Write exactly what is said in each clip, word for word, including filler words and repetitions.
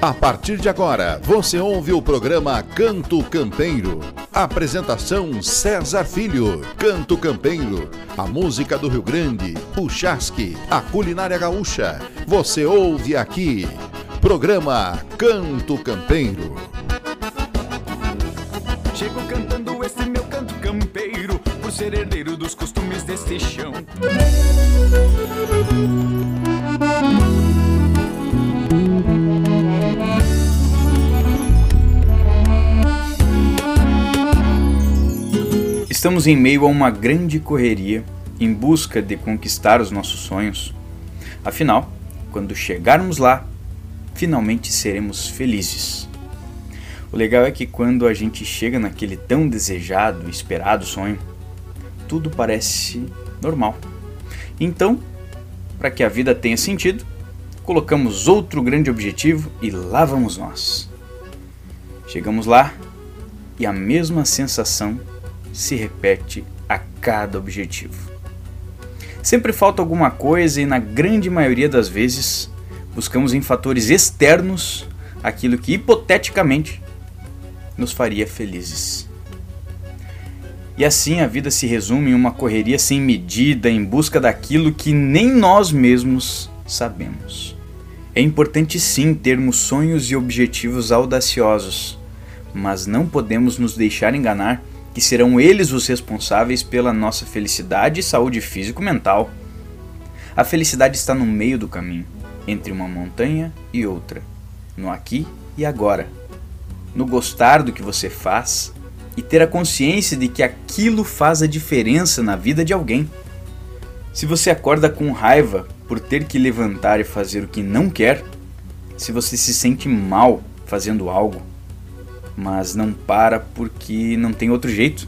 A partir de agora, você ouve o programa Canto Campeiro. Apresentação César Filho. Canto Campeiro, a música do Rio Grande, o chasque, a culinária gaúcha. Você ouve aqui. Programa Canto Campeiro. Chego cantando esse meu canto campeiro, por ser herdeiro dos costumes deste chão. Estamos em meio a uma grande correria em busca de conquistar os nossos sonhos. Afinal, quando chegarmos lá, finalmente seremos felizes. O legal é que quando a gente chega naquele tão desejado e esperado sonho, tudo parece normal. Então, para que a vida tenha sentido, colocamos outro grande objetivo e lá vamos nós. Chegamos lá e a mesma sensação se repete a cada objetivo. Sempre falta alguma coisa e na grande maioria das vezes buscamos em fatores externos aquilo que hipoteticamente nos faria felizes. E assim a vida se resume em uma correria sem medida em busca daquilo que nem nós mesmos sabemos. É importante sim termos sonhos e objetivos audaciosos, mas não podemos nos deixar enganar que serão eles os responsáveis pela nossa felicidade e saúde físico-mental. A felicidade está no meio do caminho, entre uma montanha e outra, no aqui e agora, no gostar do que você faz e ter a consciência de que aquilo faz a diferença na vida de alguém. Se você acorda com raiva por ter que levantar e fazer o que não quer, se você se sente mal fazendo algo, mas não para porque não tem outro jeito,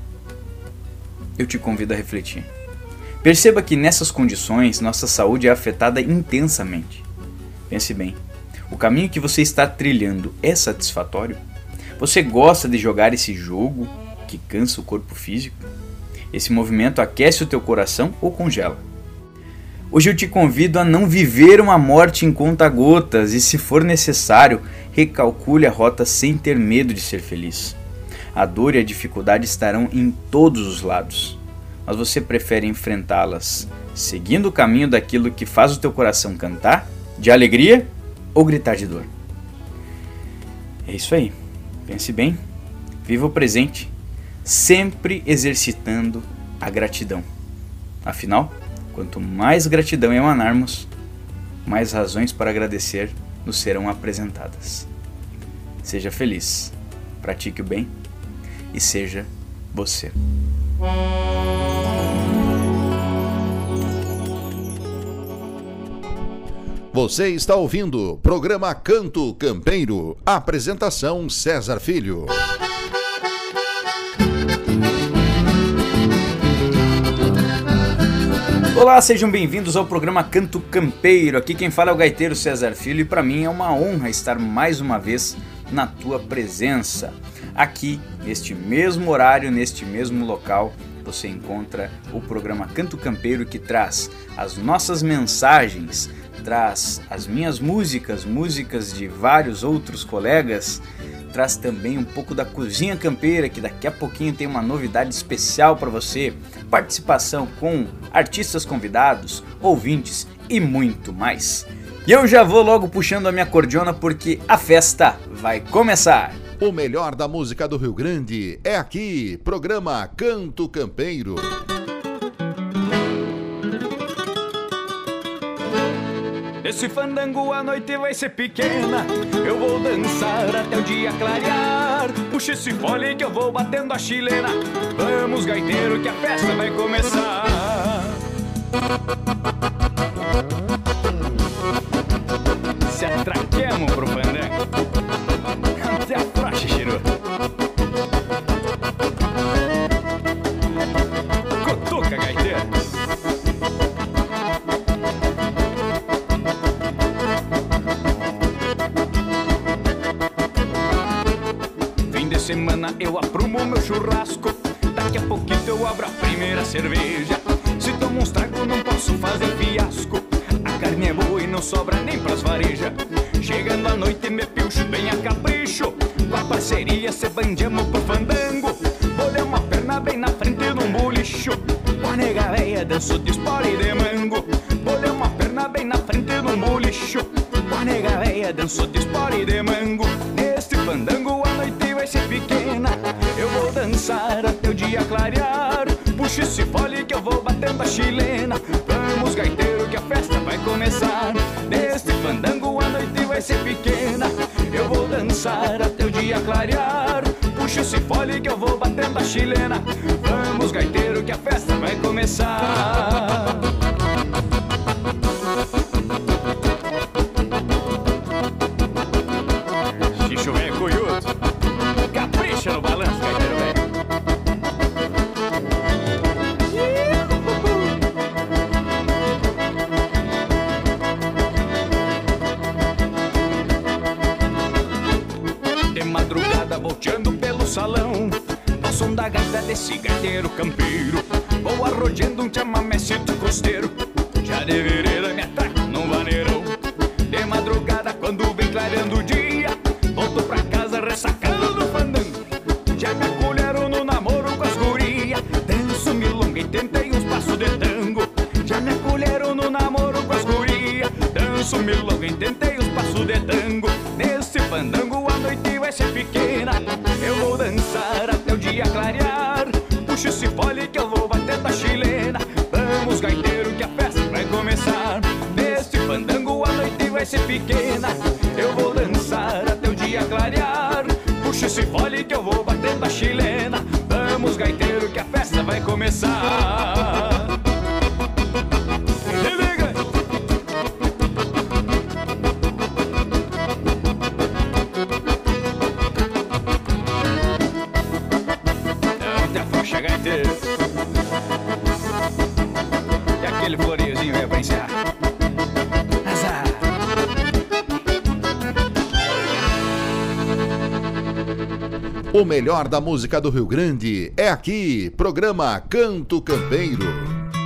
eu te convido a refletir. Perceba que nessas condições nossa saúde é afetada intensamente. Pense bem, o caminho que você está trilhando é satisfatório? Você gosta de jogar esse jogo que cansa o corpo físico? Esse movimento aquece o teu coração ou congela? Hoje eu te convido a não viver uma morte em conta-gotas e, se for necessário, recalcule a rota sem ter medo de ser feliz. A dor e a dificuldade estarão em todos os lados, mas você prefere enfrentá-las seguindo o caminho daquilo que faz o teu coração cantar, de alegria ou gritar de dor? É isso aí. Pense bem, viva o presente, sempre exercitando a gratidão. Afinal, quanto mais gratidão emanarmos, mais razões para agradecer nos serão apresentadas. Seja feliz, pratique o bem e seja você. Você está ouvindo o programa Canto Campeiro. Apresentação César Filho. Olá, sejam bem-vindos ao programa Canto Campeiro. Aqui quem fala é o gaiteiro César Filho e para mim é uma honra estar mais uma vez na tua presença. Aqui, neste mesmo horário, neste mesmo local, você encontra o programa Canto Campeiro, que traz as nossas mensagens, traz as minhas músicas, músicas de vários outros colegas, traz também um pouco da cozinha campeira, que daqui a pouquinho tem uma novidade especial para você, participação com artistas convidados, ouvintes e muito mais. E eu já vou logo puxando a minha cordiona porque a festa vai começar. O melhor da música do Rio Grande é aqui, programa Canto Campeiro. Esse fandango a noite vai ser pequena, eu vou dançar até o dia clarear. Puxa esse fole que eu vou batendo a chilena, vamos gaiteiro que a festa vai começar. Se atraquemos pro fandango, até a praxe, cheiro. Cotoca, gaiteiro. Semana eu aprumo meu churrasco, daqui a pouquinho eu abro a primeira cerveja. Se tomo uns tragos não posso fazer fiasco, a carne é boa e não sobra nem pras varejas. Chegando à noite me pilcho bem a capricho, com a parceria se bandiamos pro fandango. Bolei uma perna bem na frente de um bolicho, com a nega véia danço de espora e de mango. Bolei uma perna bem na frente de um bolicho, com a nega véia danço de espora e de mango. Neste fandango a noite vai ser pequena, eu vou dançar até o dia clarear. Puxa esse fole que eu vou batendo a chilena, vamos gaiteiro que a festa vai começar. Neste fandango a noite vai ser pequena, eu vou dançar até o dia clarear. Puxa esse fole que eu vou batendo a chilena, vamos gaiteiro que a festa vai começar. Xixo velho cunhudo, capricha no balanço, gaiteiro velho. De madrugada volteando pelo salão, ao som da gaita desse gaiteiro campeiro, vou arrodeando um chamamecito costeiro, já de vereda me atraco num vaneirão. De madrugada quando vem clareando o dia, volto pra casa ressacando do fandango, já me acolheram no namoro com as gurias, danço milonga e tentei uns passos de tango. Já me acolheram no namoro com as gurias, danço milonga e tentei uns passos de tango. Nesse fandango a noite vai ser pequena, eu vou dançar até o dia clarear. Puxa esse fole que eu vou batendo a chilena, vamos gaiteiro que a festa vai começar. Nesse fandango a noite vai ser pequena, eu vou dançar até o dia clarear. Puxa esse fole que eu vou batendo a chilena, vamos gaiteiro que a festa vai começar. Gaiteiro. E aquele floriozinho é pra encerrar. Azar. O melhor da música do Rio Grande é aqui, programa Canto Campeiro.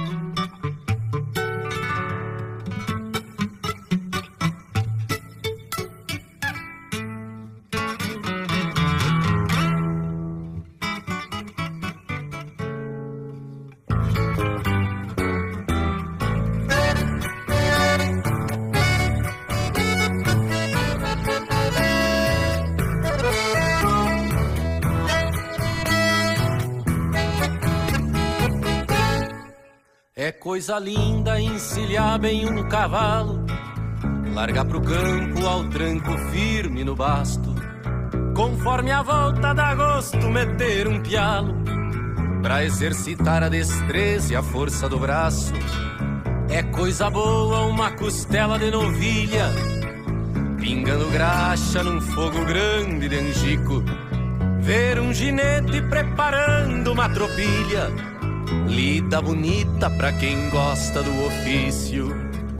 É coisa linda encilhar bem um cavalo, largar pro campo ao tranco firme no basto, conforme a volta dá gosto meter um pialo, pra exercitar a destreza e a força do braço. É coisa boa uma costela de novilha, pingando graxa num fogo grande de angico, ver um ginete preparando uma tropilha, lida bonita pra quem gosta do ofício.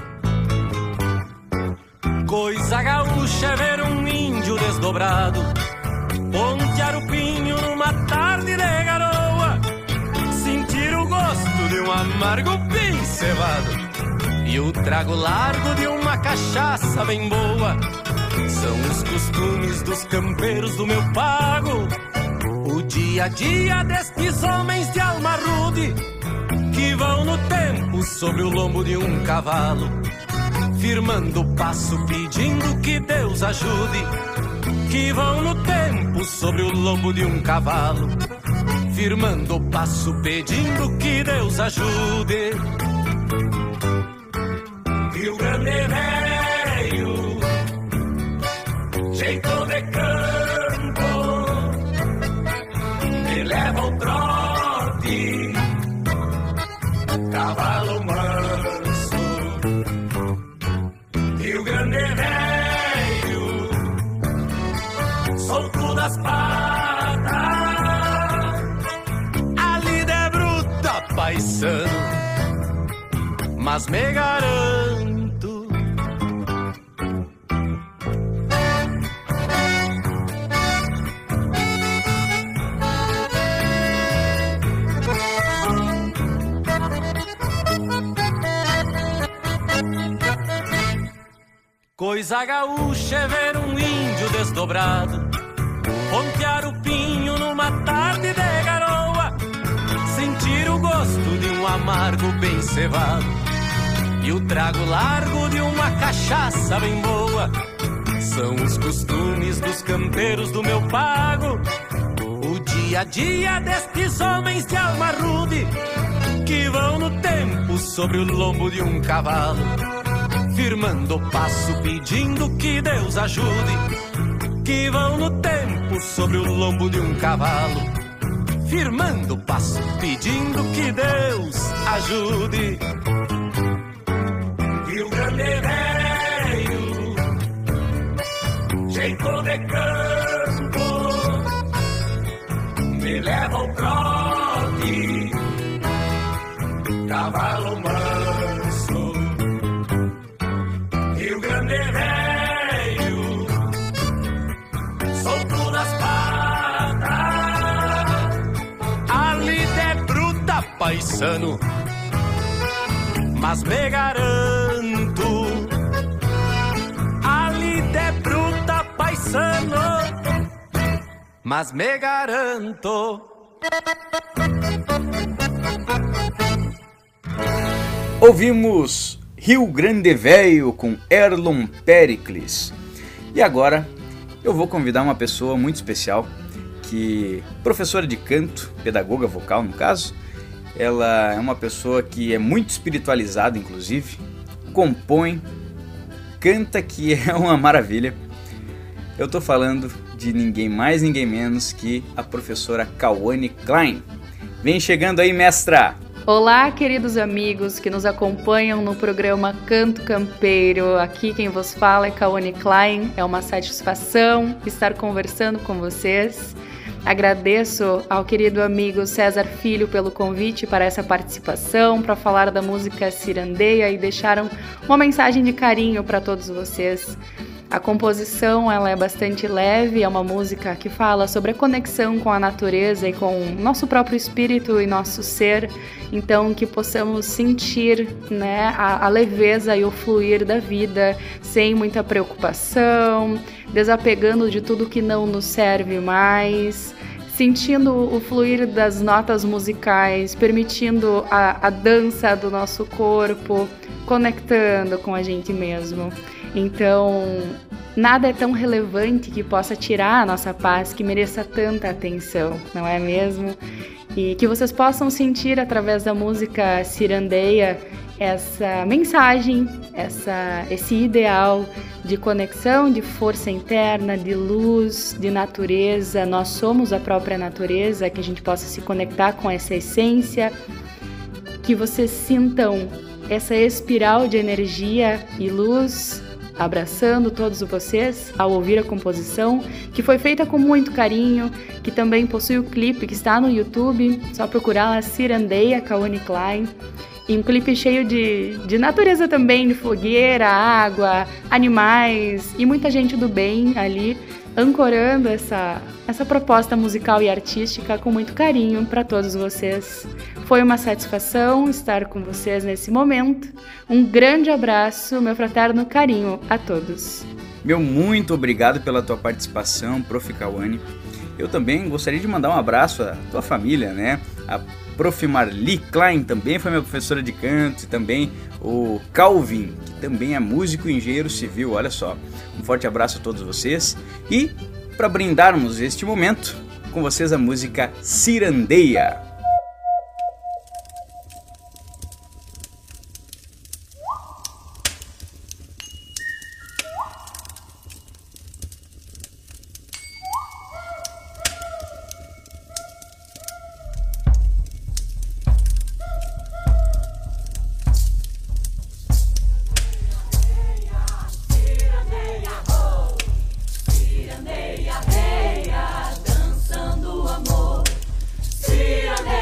Coisa gaúcha é ver um índio desdobrado pontear o pinho numa tarde de garoa, sentir o gosto de um amargo bem cevado e o trago largo de uma cachaça bem boa. São os costumes dos campeiros do meu pago, o dia a dia destes homens de alma rude, que vão no tempo sobre o lombo de um cavalo, firmando o passo pedindo que Deus ajude. Que vão no tempo sobre o lombo de um cavalo, firmando o passo pedindo que Deus ajude. Rio Grande velho, jeito de campo, me leva ao trote, cavalo manso. Rio Grande velho, solto das patas, a lida é bruta, paisano, mas me garanto Coisa gaúcha é ver um índio desdobrado pontear o pinho numa tarde de garoa, sentir o gosto de um amargo bem cevado e o trago largo de uma cachaça bem boa. São os costumes dos campeiros do meu pago, o dia a dia destes homens de alma rude, que vão no tempo sobre o lombo de um cavalo, firmando o passo pedindo que Deus ajude. Que vão no tempo sobre o lombo de um cavalo, firmando o passo pedindo que Deus ajude. Rio Grande velho, jeito de campo, me leva ao trote, cavalo manso. Rio Grande velho, solto nas patas, ali de bruta paisano, mas me garanto, ali de bruta paisano, mas me garanto. Ouvimos Rio Grande Velho com Erlon Pericles. E agora eu vou convidar uma pessoa muito especial, que professora de canto, pedagoga vocal no caso. Ela é uma pessoa que é muito espiritualizada, inclusive, compõe, canta, que é uma maravilha. Eu tô falando de ninguém mais, ninguém menos que a professora Kawane Klein. Vem chegando aí, mestra! Olá, queridos amigos que nos acompanham no programa Canto Campeiro. Aqui quem vos fala é Kawane Klein. É uma satisfação estar conversando com vocês. Agradeço ao querido amigo César Filho pelo convite para essa participação, para falar da música Cirandeia e deixar uma mensagem de carinho para todos vocês. A composição ela é bastante leve, é uma música que fala sobre a conexão com a natureza e com o nosso próprio espírito e nosso ser, então que possamos sentir, né, a, a leveza e o fluir da vida sem muita preocupação, desapegando de tudo que não nos serve mais, sentindo o fluir das notas musicais, permitindo a, a dança do nosso corpo, conectando com a gente mesmo. Então, nada é tão relevante que possa tirar a nossa paz, que mereça tanta atenção, não é mesmo? E que vocês possam sentir através da música Cirandeia essa mensagem, essa, esse ideal de conexão, de força interna, de luz, de natureza. Nós somos a própria natureza, que a gente possa se conectar com essa essência, que vocês sintam essa espiral de energia e luz abraçando todos vocês ao ouvir a composição, que foi feita com muito carinho, que também possui o clipe que está no YouTube, só procurar lá Cirandeia, Kawane Klein. E um clipe cheio de, de natureza também, de fogueira, água, animais e muita gente do bem ali, ancorando essa, essa proposta musical e artística com muito carinho para todos vocês. Foi uma satisfação estar com vocês nesse momento. Um grande abraço, meu fraterno carinho a todos. Meu muito obrigado pela tua participação, prof Kawane. Eu também gostaria de mandar um abraço à tua família, né? A prof Marli Klein também foi minha professora de canto, e também o Calvin, que também é músico e engenheiro civil, olha só. Um forte abraço a todos vocês. E para brindarmos este momento, com vocês a música Cirandeia. Cirandeia, reia, dançando o amor. Cirandeia.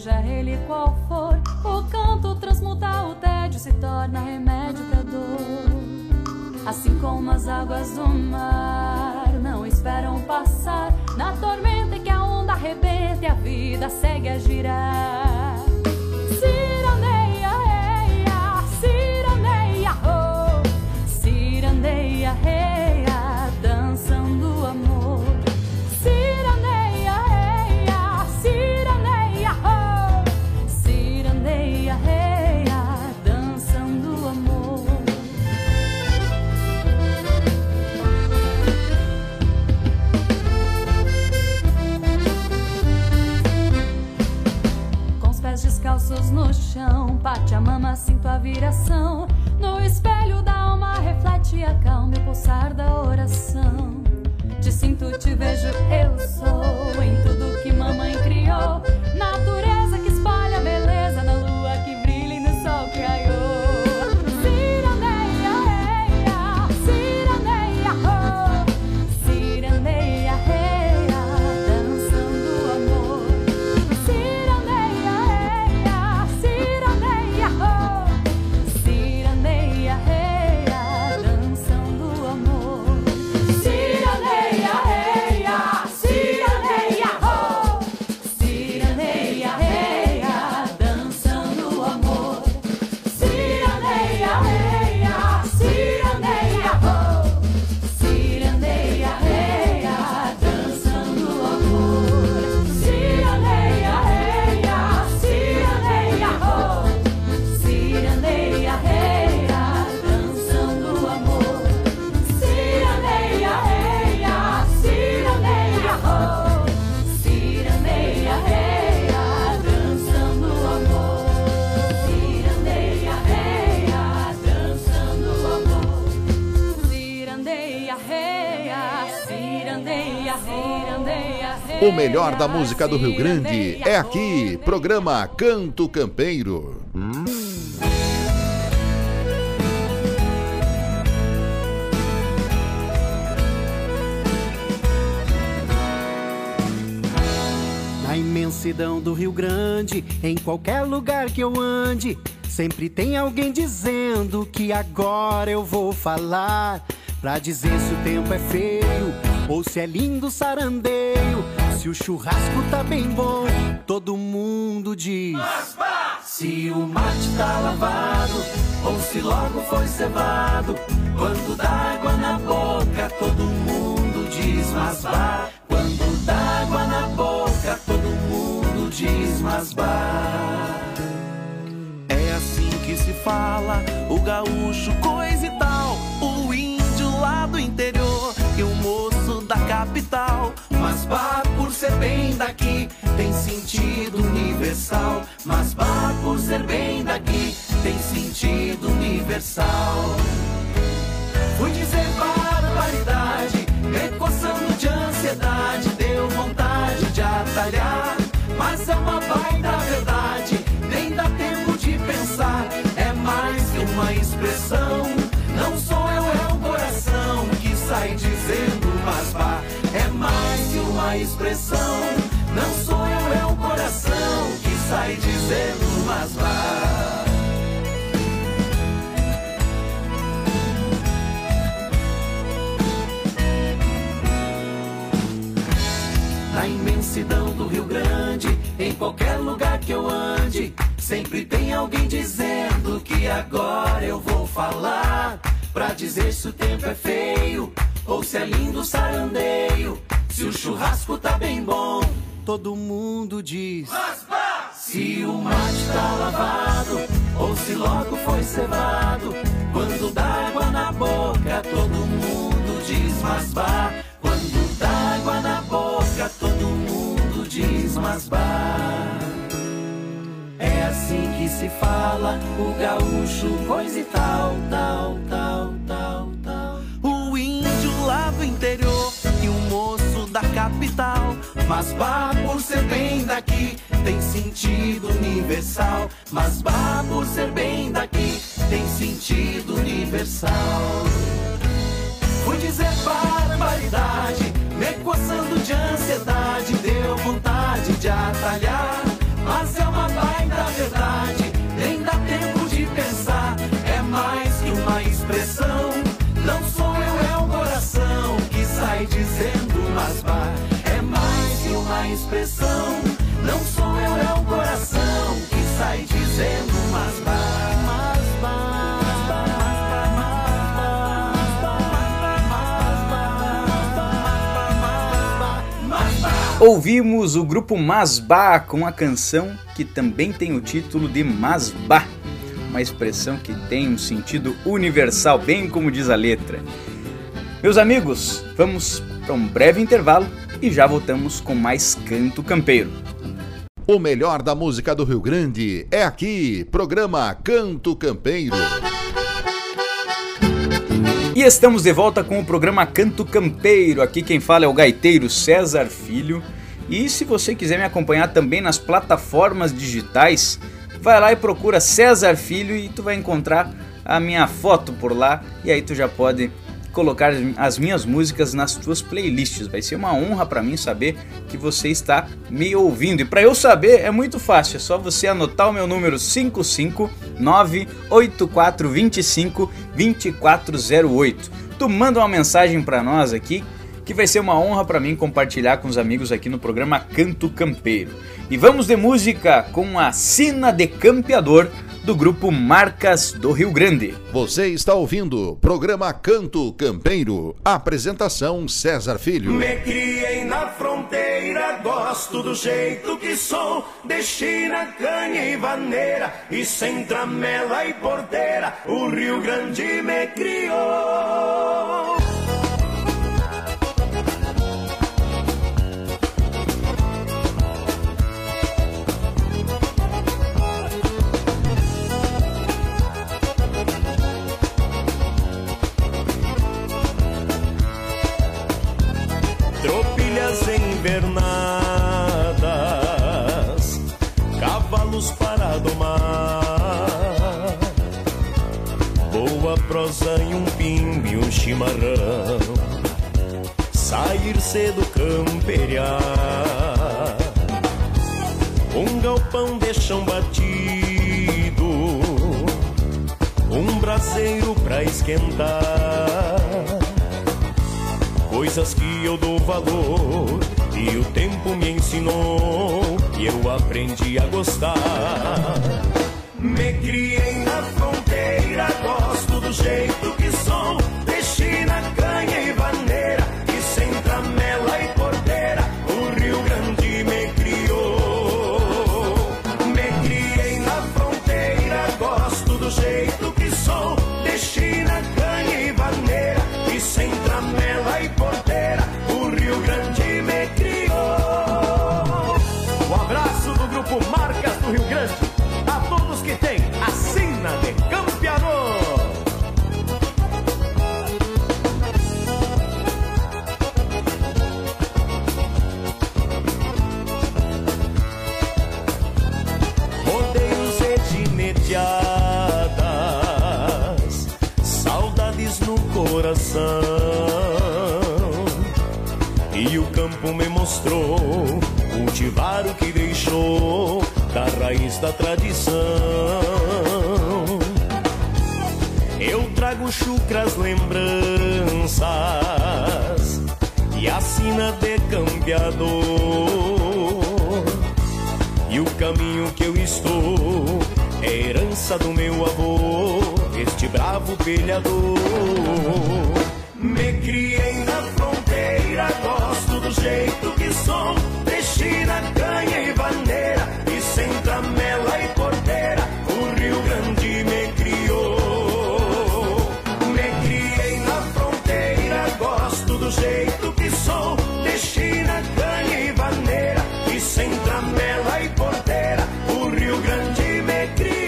seja ele qual for, o canto transmuta o tédio, se torna remédio pra dor. Assim como as águas do mar não esperam passar na tormenta em que a onda arrebenta e a vida segue a girar. Ciraneia, eia, ciraneia, oh, ciraneia, eia, dançando amor. Ciraneia, eia, ciraneia, oh, ciraneia, eia, dançando amor. Descalços no chão, Pachamama, sinto a viração. No espelho da alma reflete a calma e o pulsar da oração. Te sinto, te vejo, eu sou em tudo que mamãe criou. Natureza que espalha beleza na lua que brilha e no sol que raiou. Ciraneia, eia, ciraneia, oh, ciraneia, eia, dançando amor. Ciraneia, O melhor da música do Rio Grande é aqui, programa Canto Campeiro. Na imensidão do Rio Grande, em qualquer lugar que eu ande, sempre tem alguém dizendo que agora eu vou falar, pra dizer se o tempo é feio ou se é lindo sarandeio, se o churrasco tá bem bom, todo mundo diz. Mas, bah! Se o mate tá lavado ou se logo foi cevado, quando dá água na boca todo mundo diz. Mas, bah! Quando dá água na boca todo mundo diz. Mas, bah! É assim que se fala o gaúcho, coisa e tal, o índio lá do interior e o moço da capital. Mas bah, por ser bem daqui, tem sentido universal. Mas bah, por ser bem daqui, tem sentido universal. Fui dizer barbaridade, me coçando de ansiedade, deu vontade de atalhar, mas é uma baita verdade, nem dá tempo de pensar. É mais que uma expressão, não sou eu, é o coração que sai dizendo mas bah. É mais que uma expressão, não sou eu, é o coração que sai dizendo mas bah. Na imensidão do Rio Grande, em qualquer lugar que eu ande, sempre tem alguém dizendo que agora eu vou falar, pra dizer se o tempo é feio ou se é lindo sarandeio, se o churrasco tá bem bom, todo mundo diz. Mas, bah! Se o mate tá lavado ou se logo foi cevado, quando dá água na boca todo mundo diz. Mas, bah! Quando dá água na boca todo mundo diz. Mas, bah! É assim que se fala o gaúcho, coisa e tal, tal, tal, tal, tal. O índio lá do interior e o moço da capital. Mas bah, por ser bem daqui, tem sentido universal. Mas bah, por ser bem daqui, tem sentido universal. Fui dizer barbaridade, me coçando de ansiedade, deu vontade de atalhar, mas é uma expressão. Não sou eu, é o coração que sai dizendo mas bah, mas bah, mas bah, mas bah. Ouvimos o grupo Masbá com a canção que também tem o título de Masbá, uma expressão que tem um sentido universal, bem como diz a letra. Meus amigos, vamos para um breve intervalo e já voltamos com mais Canto Campeiro. O melhor da música do Rio Grande é aqui, programa Canto Campeiro. E estamos de volta com o programa Canto Campeiro. Aqui quem fala é o gaiteiro César Filho. E se você quiser me acompanhar também nas plataformas digitais, vai lá e procura César Filho e tu vai encontrar a minha foto por lá. E aí tu já pode colocar as minhas músicas nas tuas playlists. Vai ser uma honra para mim saber que você está me ouvindo. E para eu saber é muito fácil, é só você anotar o meu número cinco cinco nove oito quatro dois cinco dois quatro zero oito. Tu manda uma mensagem para nós aqui, que vai ser uma honra para mim compartilhar com os amigos aqui no programa Canto Campeiro. E vamos de música com a Sina de Campeador, do grupo Marcas do Rio Grande. Você está ouvindo o programa Canto Campeiro. Apresentação César Filho. Me criei na fronteira, gosto do jeito que sou, de China, canha e vaneira, e sem tramela e porteira, o Rio Grande me criou. Tropilhas invernadas, cavalos para domar, boa prosa e um pingo e um chimarrão, sair cedo camperiar, um galpão de chão batido, um braseiro pra esquentar, coisas que eu dou valor e o tempo me ensinou e eu aprendi a gostar. Me criei na fronteira, gosto do jeito que sou, de China, canha e vaneira, e sem tramela e porteira, o Rio Grande me criou. Me criei na fronteira, gosto do jeito que sou, de China, canha e vaneira, e sem tramela e porteira, o Rio Grande me criou. Um abraço do grupo Marcas do Rio Grande a todos que têm a sina de campeador. Rodeios e gineteadas, saudades no coração, e o campo me mostrou cultivar o que deixou da raiz da tradição. Eu trago chucras lembranças e a sina de campeador, e o caminho que eu estou é herança do meu avô, este bravo pelhador. Me criei na fronteira, gosto do jeito que sou, de China, canha e vaneira, e sem tramela e porteira, o Rio Grande me criou. Me criei na fronteira, gosto do jeito que sou, de China, canha e vaneira, e sem tramela e porteira, o Rio Grande me criou.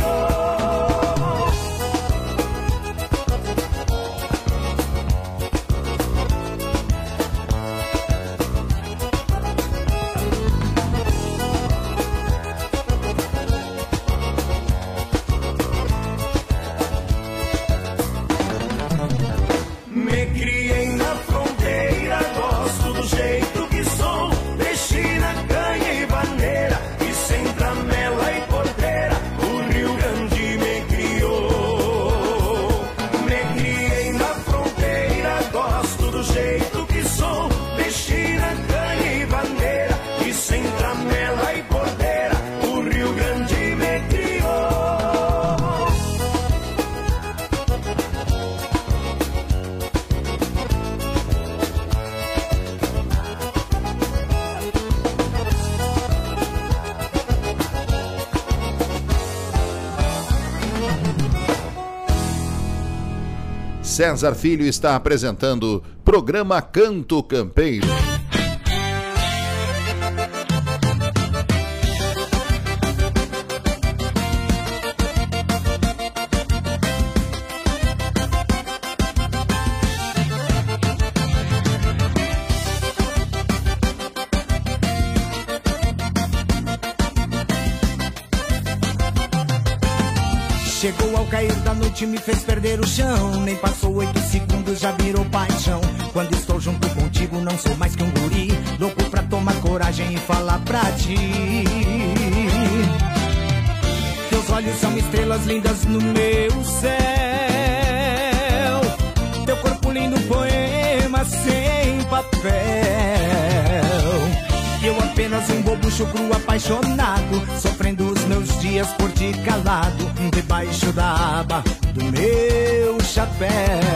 César Filho está apresentando programa Canto Campeiro. Chegou ao cair da noite, me fez perder o chão. Nem passou oito segundos, já virou paixão. Quando estou junto contigo, não sou mais que um guri, louco pra tomar coragem e falar pra ti. Teus olhos são estrelas lindas no meu céu. Teu corpo lindo, poema sem papel. Eu apenas um bobo chucro apaixonado, sofrendo os meus dias por ti calado, debaixo da aba do meu chapéu.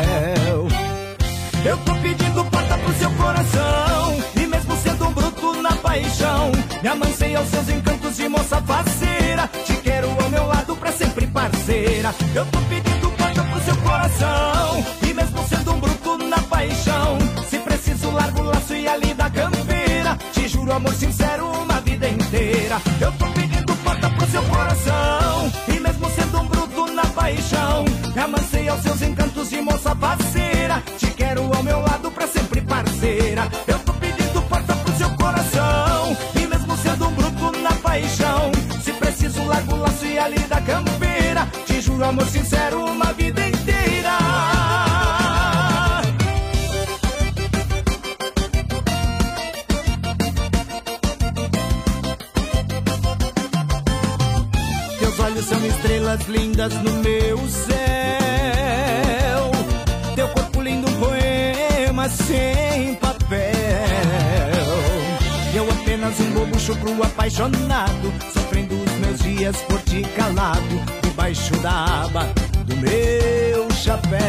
Eu tô pedindo porta pro seu coração, e mesmo sendo um bruto na paixão, me amancei aos seus encantos de moça faceira. Te quero ao meu lado pra sempre, parceira. Eu tô pedindo porta pro seu coração, e mesmo sendo um bruto na paixão, se preciso largo o laço e ali da campeira. Te juro, amor sincero, uma vida inteira. Eu tô pedindo porta pro seu coração, e mesmo sendo um bruto na paixão, me amancei aos seus encantos de moça parceira. Te quero ao meu lado pra sempre, parceira. Eu tô pedindo porta pro seu coração, e mesmo sendo um bruto na paixão, se preciso largo o laço e ali da campeira. Te juro, amor sincero, uma vida inteira. Olhos são estrelas lindas no meu céu. Teu corpo lindo, um poema sem papel. Eu apenas um bobo chucro apaixonado, sofrendo os meus dias por ti calado, debaixo da aba do meu chapéu.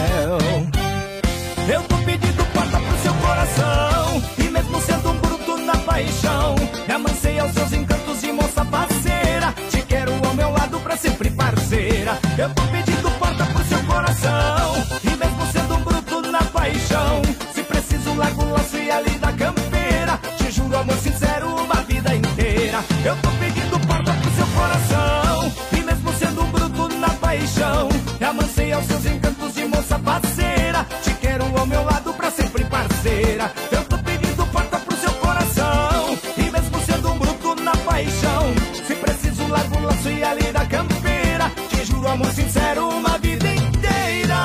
Eu tô pedindo porta pro seu coração, e mesmo sendo um bruto na paixão, me amancei aos seus encantos de moça parceira. Te quero ao meu lado pra sempre, parceira. Eu tô pedindo porta pro seu coração, e mesmo sendo um bruto na paixão, se preciso largo o laço e ali da campeira. Te juro, amor sincero, uma vida inteira. Eu tô pedindo porta pro seu coração, e mesmo sendo um bruto na paixão, me amancei aos seus encantos de moça parceira. Te quero ao meu lado pra sempre, parceira. Eu tô pedindo porta pro seu coração, e mesmo sendo um bruto na paixão, se preciso largo o laço e ali da campeira. Te juro, amor sincero, uma vida inteira.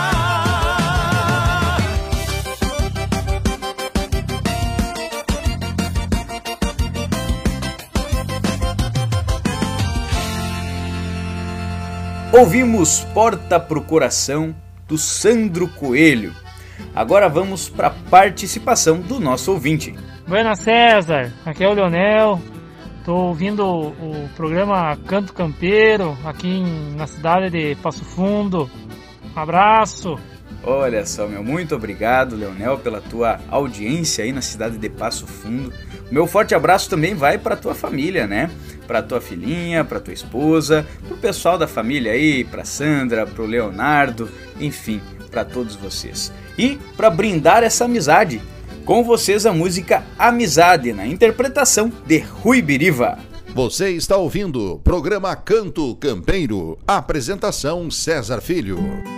Ouvimos Porta pro Coração, do Sandro Coelho. Agora vamos para a participação do nosso ouvinte. Buenas, César, aqui é o Leonel. Estou ouvindo o, o programa Canto Campeiro aqui em, na cidade de Passo Fundo. Um abraço. Olha só, meu, muito obrigado, Leonel, pela tua audiência aí na cidade de Passo Fundo. Meu forte abraço também vai para tua família, né? Para tua filhinha, para tua esposa, pro pessoal da família aí, para Sandra, pro Leonardo, enfim, para todos vocês. E para brindar essa amizade, com vocês a música Amizade, na interpretação de Rui Biriva. Você está ouvindo o programa Canto Campeiro. Apresentação César Filho.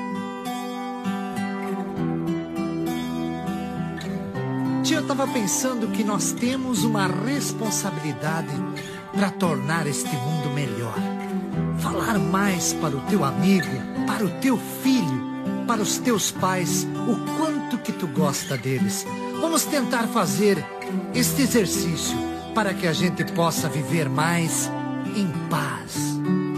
Tia, eu estava pensando que nós temos uma responsabilidade para tornar este mundo melhor. Falar mais para o teu amigo, para o teu filho, para os teus pais, o quanto que tu gosta deles. Vamos tentar fazer este exercício para que a gente possa viver mais em paz.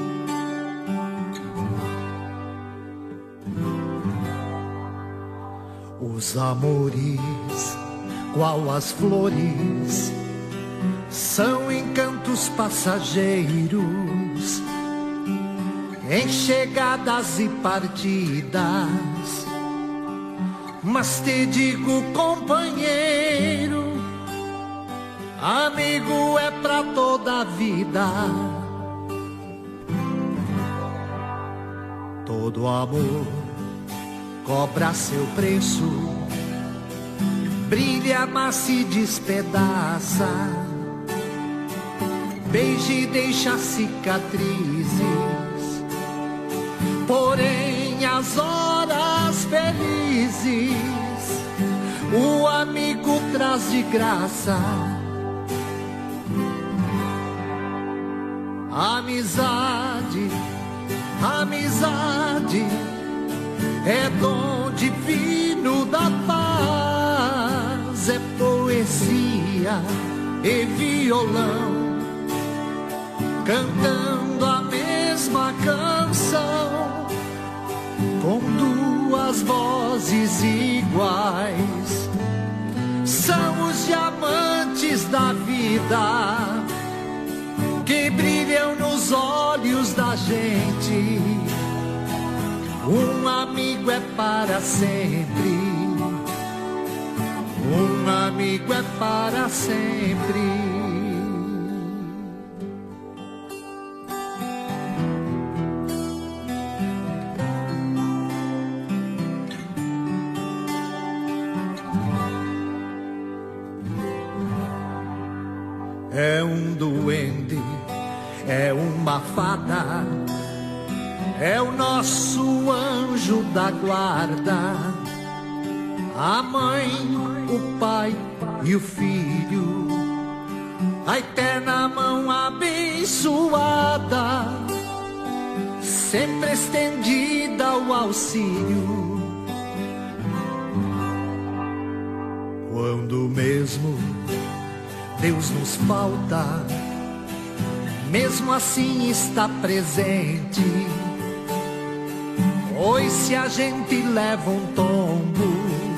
Os amores, qual as flores, são encantos passageiros, em chegadas e partidas. Mas te digo, companheiro, amigo é pra toda a vida. Todo amor cobra seu preço, brilha, mas se despedaça, beija e deixa cicatrizes, porém as horas felizes o amigo traz de graça. Amizade, amizade é dom divino da paz, é poesia e violão, cantando a mesma canção, com duas vozes iguais. São os diamantes da vida que brilham nos olhos da gente. Um amigo é para sempre, um amigo é para sempre. É um duende, é uma fada, é o nosso anjo da guarda, a mãe, o pai e o filho, a eterna mão abençoada, sempre estendida ao auxílio. Quando mesmo Deus nos falta, mesmo assim está presente. Pois se a gente leva um tombo,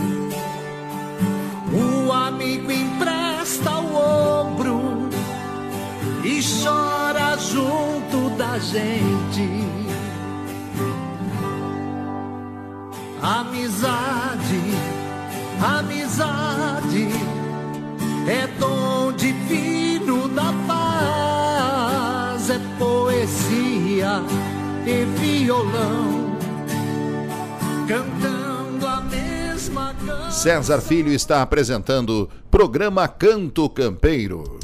o amigo empresta o ombro e chora junto da gente. Amizade, amizade é dom divino da paz, é poesia e violão, cantando a mesma canção. César Filho está apresentando programa Canto Campeiro.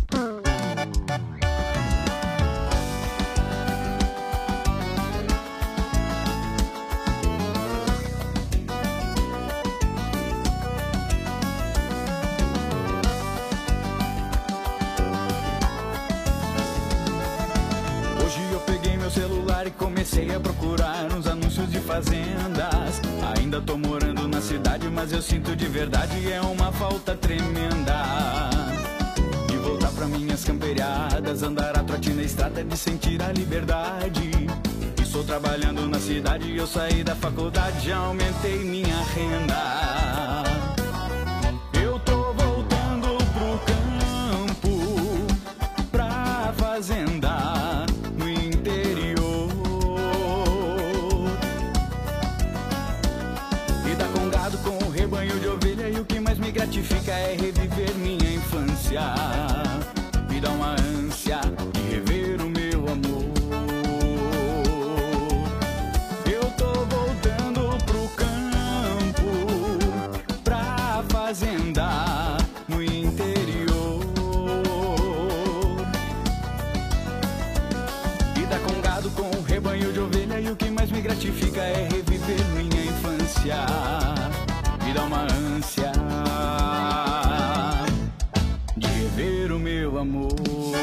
Comecei a procurar uns anúncios de fazendas. Ainda tô morando na cidade, mas eu sinto de verdade é uma falta tremenda de voltar pra minhas camperiadas, andar a trote na estrada, de sentir a liberdade. Estou trabalhando na cidade, eu saí da faculdade, já aumentei minha renda. Eu tô voltando pro campo, pra fazenda no interior. Com o rebanho de ovelha, e o que mais me gratifica é reviver minha infância. Me dá uma ânsia de rever o meu amor. Eu tô voltando pro campo, pra fazenda no interior. Lida com gado, com o rebanho de ovelha, e o que mais me gratifica é reviver minha infância. Me dá uma ânsia de rever o meu amor.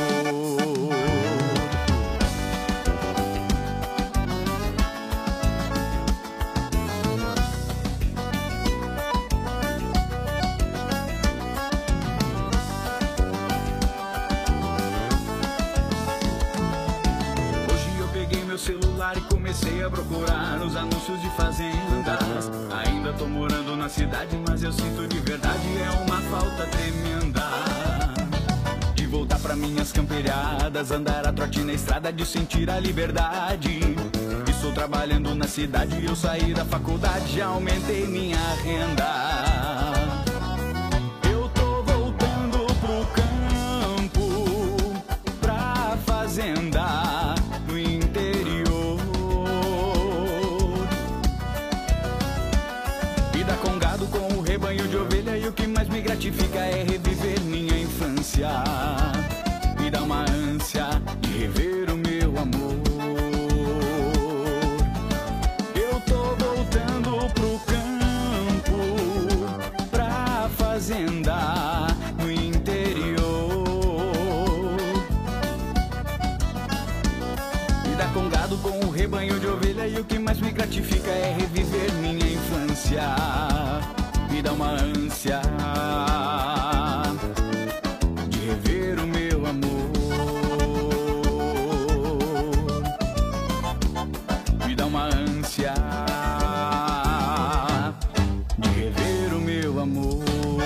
Hoje eu peguei meu celular e comecei a procurar nos anúncios de fazendas. Ainda tô morando na cidade, mas eu sinto de verdade é uma falta tremenda de voltar pra minhas camperiadas, andar a trote na estrada, de sentir a liberdade. Estou trabalhando na cidade, eu saí da faculdade, já aumentei minha renda. Eu tô voltando pro campo, pra fazenda no interior. me dá uma ânsia de rever o meu amor. Eu tô voltando pro campo, pra fazenda no interior. Lidar com gado, com o rebanho de ovelha, e o que mais me gratifica é reviver minha infância. Me dá uma ânsia de rever o meu amor. Me dá uma ânsia de rever o meu amor.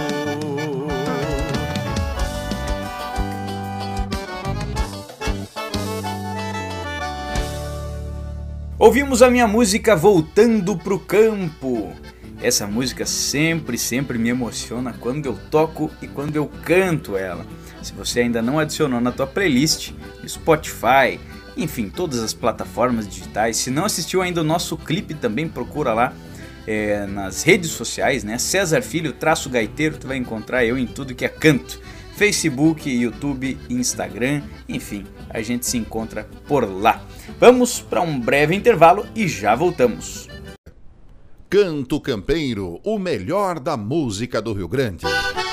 Ouvimos a minha música Voltando pro Campo. Essa música sempre, sempre me emociona quando eu toco e quando eu canto ela. Se você ainda não adicionou na tua playlist, Spotify, enfim, todas as plataformas digitais. Se não assistiu ainda o nosso clipe, também procura lá é, nas redes sociais, né? César Filho, traço gaiteiro, tu vai encontrar eu em tudo que é canto. Facebook, YouTube, Instagram, enfim, a gente se encontra por lá. Vamos para um breve intervalo e já voltamos. Canto Campeiro, o melhor da música do Rio Grande.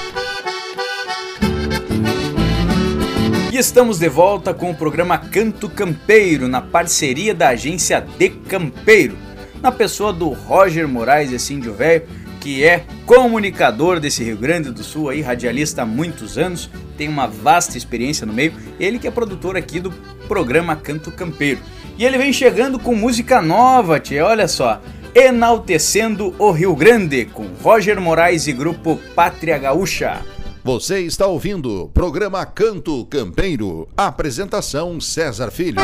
E estamos de volta com o programa Canto Campeiro, na parceria da agência De Campeiro, na pessoa do Roger Moraes, esse índio velho, que é comunicador desse Rio Grande do Sul, aí, radialista há muitos anos, tem uma vasta experiência no meio, ele que é produtor aqui do programa Canto Campeiro. E ele vem chegando com música nova, tia, olha só, Enaltecendo o Rio Grande, com Roger Moraes e grupo Pátria Gaúcha. Você está ouvindo o programa Canto Campeiro, apresentação César Filho.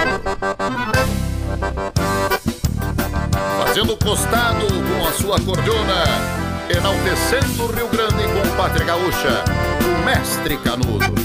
Fazendo costado com a sua cordiona, enaltecendo o Rio Grande com Pátria Gaúcha, o mestre Canudo.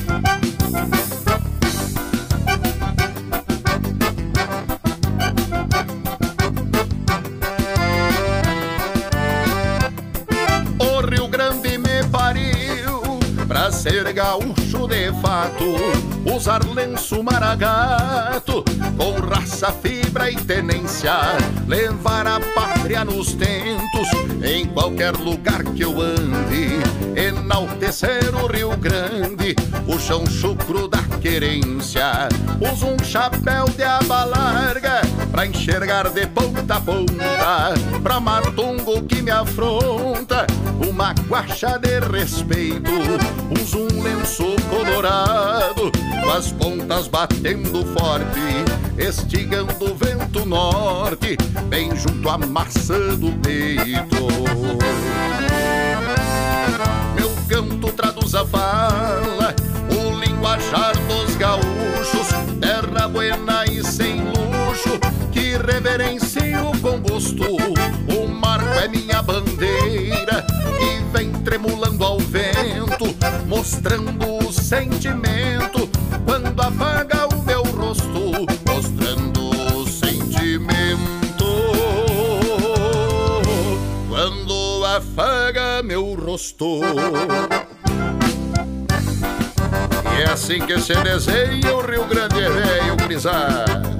O Rio Grande me pariu pra ser gaúcho de fato, usar lenço maragato, com raça, fibra e tenência, levar a pátria nos tentos, em qualquer lugar que eu ande, enaltecer o Rio Grande, o chão chucro da querência. Uso um chapéu de aba larga, pra enxergar de ponta a ponta, pra matungo que me afronta, uma guacha de respeito. Uso um lenço colorado, com as pontas batendo forte, estigando o vento norte, bem junto à maçã do peito. Meu canto traduz a fala, o linguajar dos gaúchos, terra buena e sem luxo, que reverencio com gosto. O marco é minha bandeira e vem tremulando ao vento, mostrando o sentimento quando afaga o meu rosto, mostrando o sentimento quando afaga meu rosto. E é assim que se desenha o Rio Grande é velho, gurizada.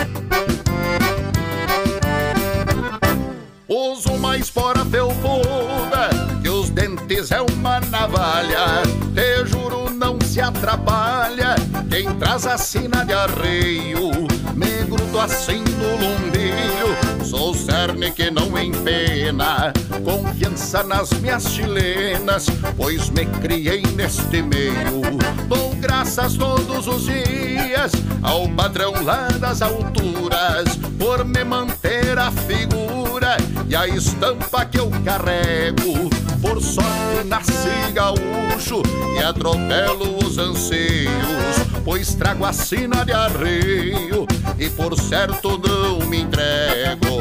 Uso uma espora felpuda, que os dentes é uma navalha, te juro não se atrapalha quem traz a sina de arreio. Me grudo assim no lumbilho, sou cerne que não empena, confiança nas minhas chilenas, pois me criei neste meio. Dou graças todos os dias ao padrão lá das alturas, por me manter a figura e a estampa que eu carrego. Por sorte nasci gaúcho e atropelo os anseios, pois trago a sina de arreio e por certo não me entrego.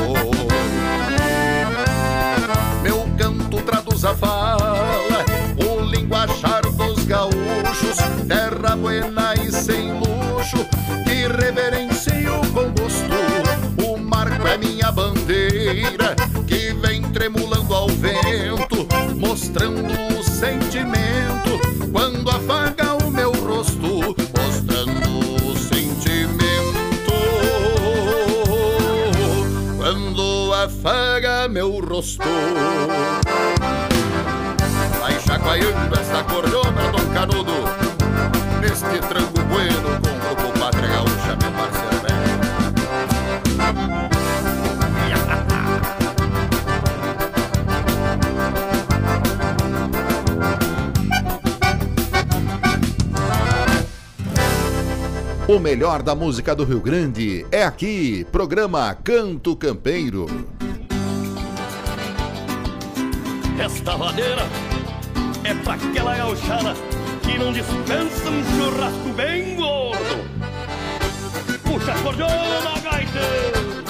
Meu canto traduz a fala, o linguajar dos gaúchos, terra buena e sem luxo, que reverencio com gosto. O marco é minha bandeira, que vem tremulando ao vento, mostrando o sentimento quando afaga o meu rosto, enrostou. Vai chacoalhando esta cordona, Dom Canudo, neste tranco bueno com o grupo Pátria Gaúcha, meu parceiro velho. O melhor da música do Rio Grande é aqui, programa Canto Campeiro. Esta vadeira é pra aquela gauchada que não dispensa um churrasco bem gordo. Puxa a cordona, gaiteiro!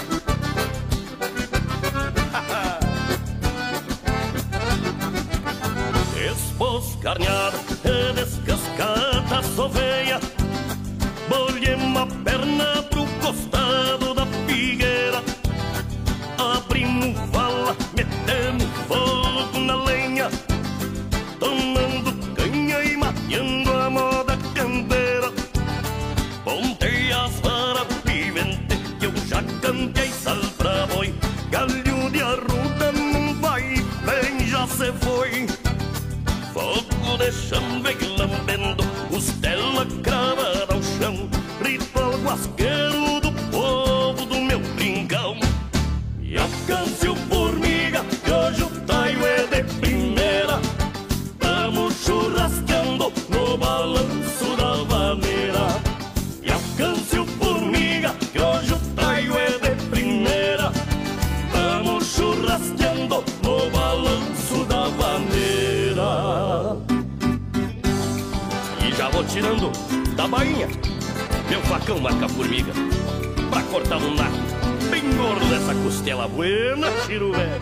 Esposcarneada, descascada a soveia, bolhe uma perna pro costado da figueira. Abrimos vala, metemos fogo na lenha, tomando canha e mateando a moda campeira. Pontei as varas pivente que eu já cantei sal pra boi. Galho de arruda não vai bem, já se foi. Fogo de chão vem lambendo, costela cravada ao chão, ritual guasqueiro do povo do meu rincão. E alcance o formiga, que hoje o taio é de primeira. Vamos churrascando no balanço da vaneira. E alcance o formiga, que hoje o taio é de primeira. Vamos churrascando no balanço da vaneira. E já vou tirando da bainha meu facão marca formiga, pra cortar um naco bem gordo dessa costela buena, tiro velho.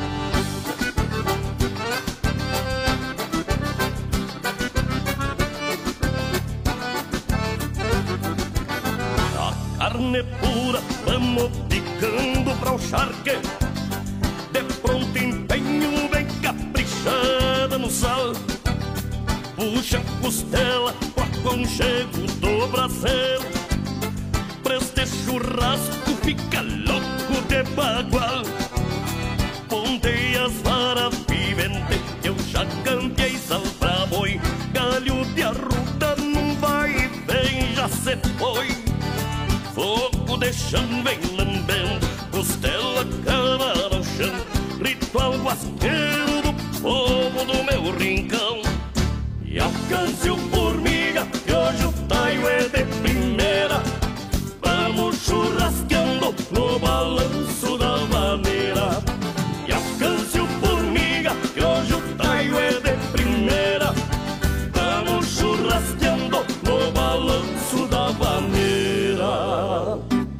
A carne pura vamos picando pra o charque, de pronto empenho bem caprichada no sal. Puxa a costela com aconchego do braseiro, pra este churrasco fica louco de bagual. Pontei as varas vivente, eu já cantei sal pra boi. Galho de arruda não vai bem, já se foi. Fogo de chão vem lambendo, costela cavada ao chão, ritual guasqueiro do povo do meu rincão. E alcance o formiga, que hoje o taio é de primeira. Vamos churrasqueando no balanço da vaneira. E alcance o formiga, que hoje o taio é de primeira. Vamos churrasqueando no balanço da vaneira.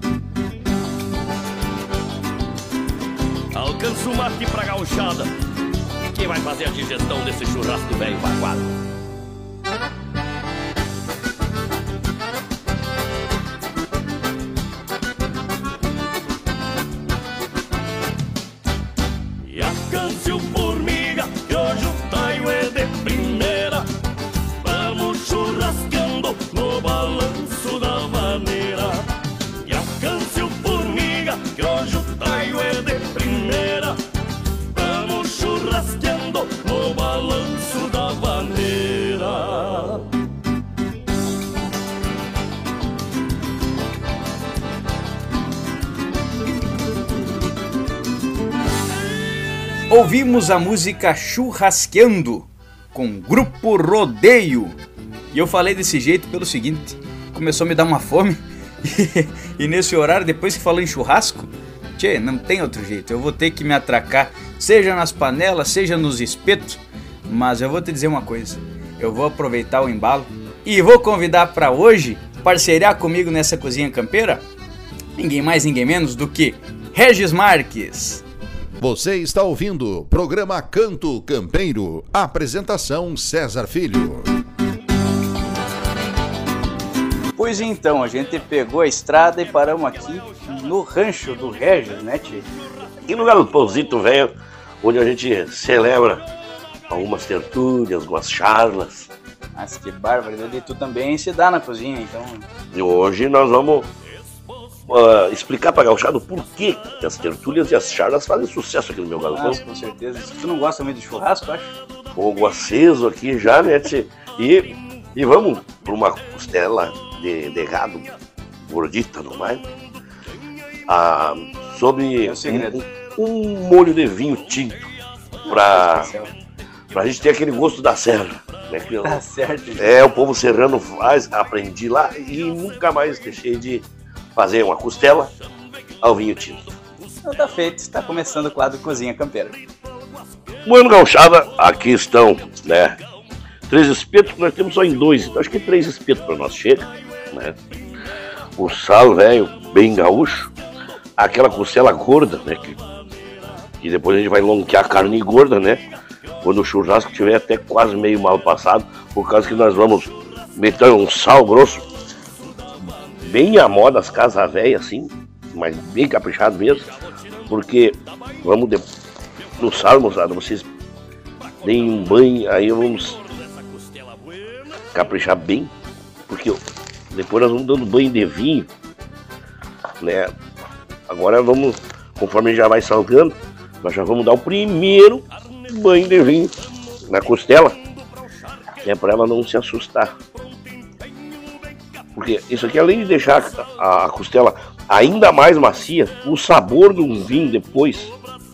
Alcança o mate pra gauchada, quem vai fazer a digestão desse churrasco velho baguado? E alcance o formiga, que hoje o taio é de primeira. Vamos churrascando no balanço da vaneira. E alcance o formiga, que hoje o taio é de primeira. Vamos churrasqueando no balanço da vaneira. Ouvimos a música Churrasqueando, com Grupo Rodeio. E eu falei desse jeito pelo seguinte, começou a me dar uma fome. E, e nesse horário, depois que falou em churrasco, tchê, não tem outro jeito, eu vou ter que me atracar, seja nas panelas, seja nos espetos. Mas eu vou te dizer uma coisa, eu vou aproveitar o embalo e vou convidar para hoje parceriar comigo nessa cozinha campeira ninguém mais, ninguém menos do que Regis Marques. Você está ouvindo o programa Canto Campeiro. Apresentação César Filho. Pois então, a gente pegou a estrada e paramos aqui no rancho do Regis, né, tio? Aqui no galpãozito velho, onde a gente celebra algumas tertúlias, algumas charlas. Mas que bárbaro, e tu também se dá na cozinha, então. E hoje nós vamos uh, explicar pra gauchada o porquê que as tertúlias e as charlas fazem sucesso aqui no meu galpão. Ah, com certeza. Tu não gosta muito de churrasco, acho? Fogo aceso aqui já, né, tchê? E, e vamos pra uma costela de, de gado gordita no mais. Ah, sobre é um, um molho de vinho tinto pra, pra gente ter aquele gosto da serra, né? Que eu, tá certo. É, o povo serrano faz, aprendi lá e nunca mais deixei de fazer uma costela ao vinho tinto. Então tá feito, está começando o quadro Cozinha Campeira. Bueno, gauchada, aqui estão, né? Três espetos, nós temos só em dois, então acho que três espetos para nós chega, né? O sal velho, bem gaúcho, aquela costela gorda, né? Que, que depois a gente vai lonquear a carne gorda, né? Quando o churrasco estiver até quase meio mal passado, por causa que nós vamos meter um sal grosso, bem à moda as casas velhas, assim, mas bem caprichado mesmo, porque vamos de... no sal, moçada, vocês deem um banho, aí vamos caprichar bem, porque depois nós vamos dando banho de vinho, né? Agora vamos, conforme já vai salgando, nós já vamos dar o primeiro banho de vinho na costela, é para ela não se assustar. Porque isso aqui, além de deixar a, a costela ainda mais macia, o sabor do vinho depois,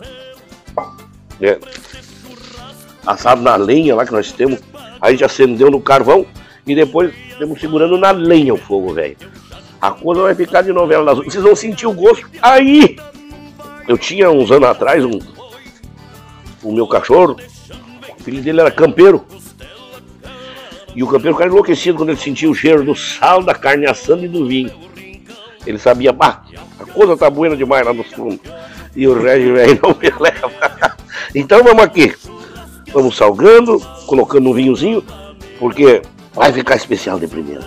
né, assado na lenha lá que nós temos, aí já acendeu no carvão e depois estamos segurando na lenha o fogo, velho. A coisa vai ficar de novela das outras. Vocês vão sentir o gosto. Aí, eu tinha uns anos atrás um, o meu cachorro, o filho dele era campeiro. E o campeiro ficava enlouquecido quando ele sentia o cheiro do sal, da carne assando e do vinho. Ele sabia, bah, a coisa tá boa demais lá no fundo. E o Regis, velho, não me leva. Então vamos aqui. Vamos salgando, colocando um vinhozinho, porque vai ficar especial de primeiro.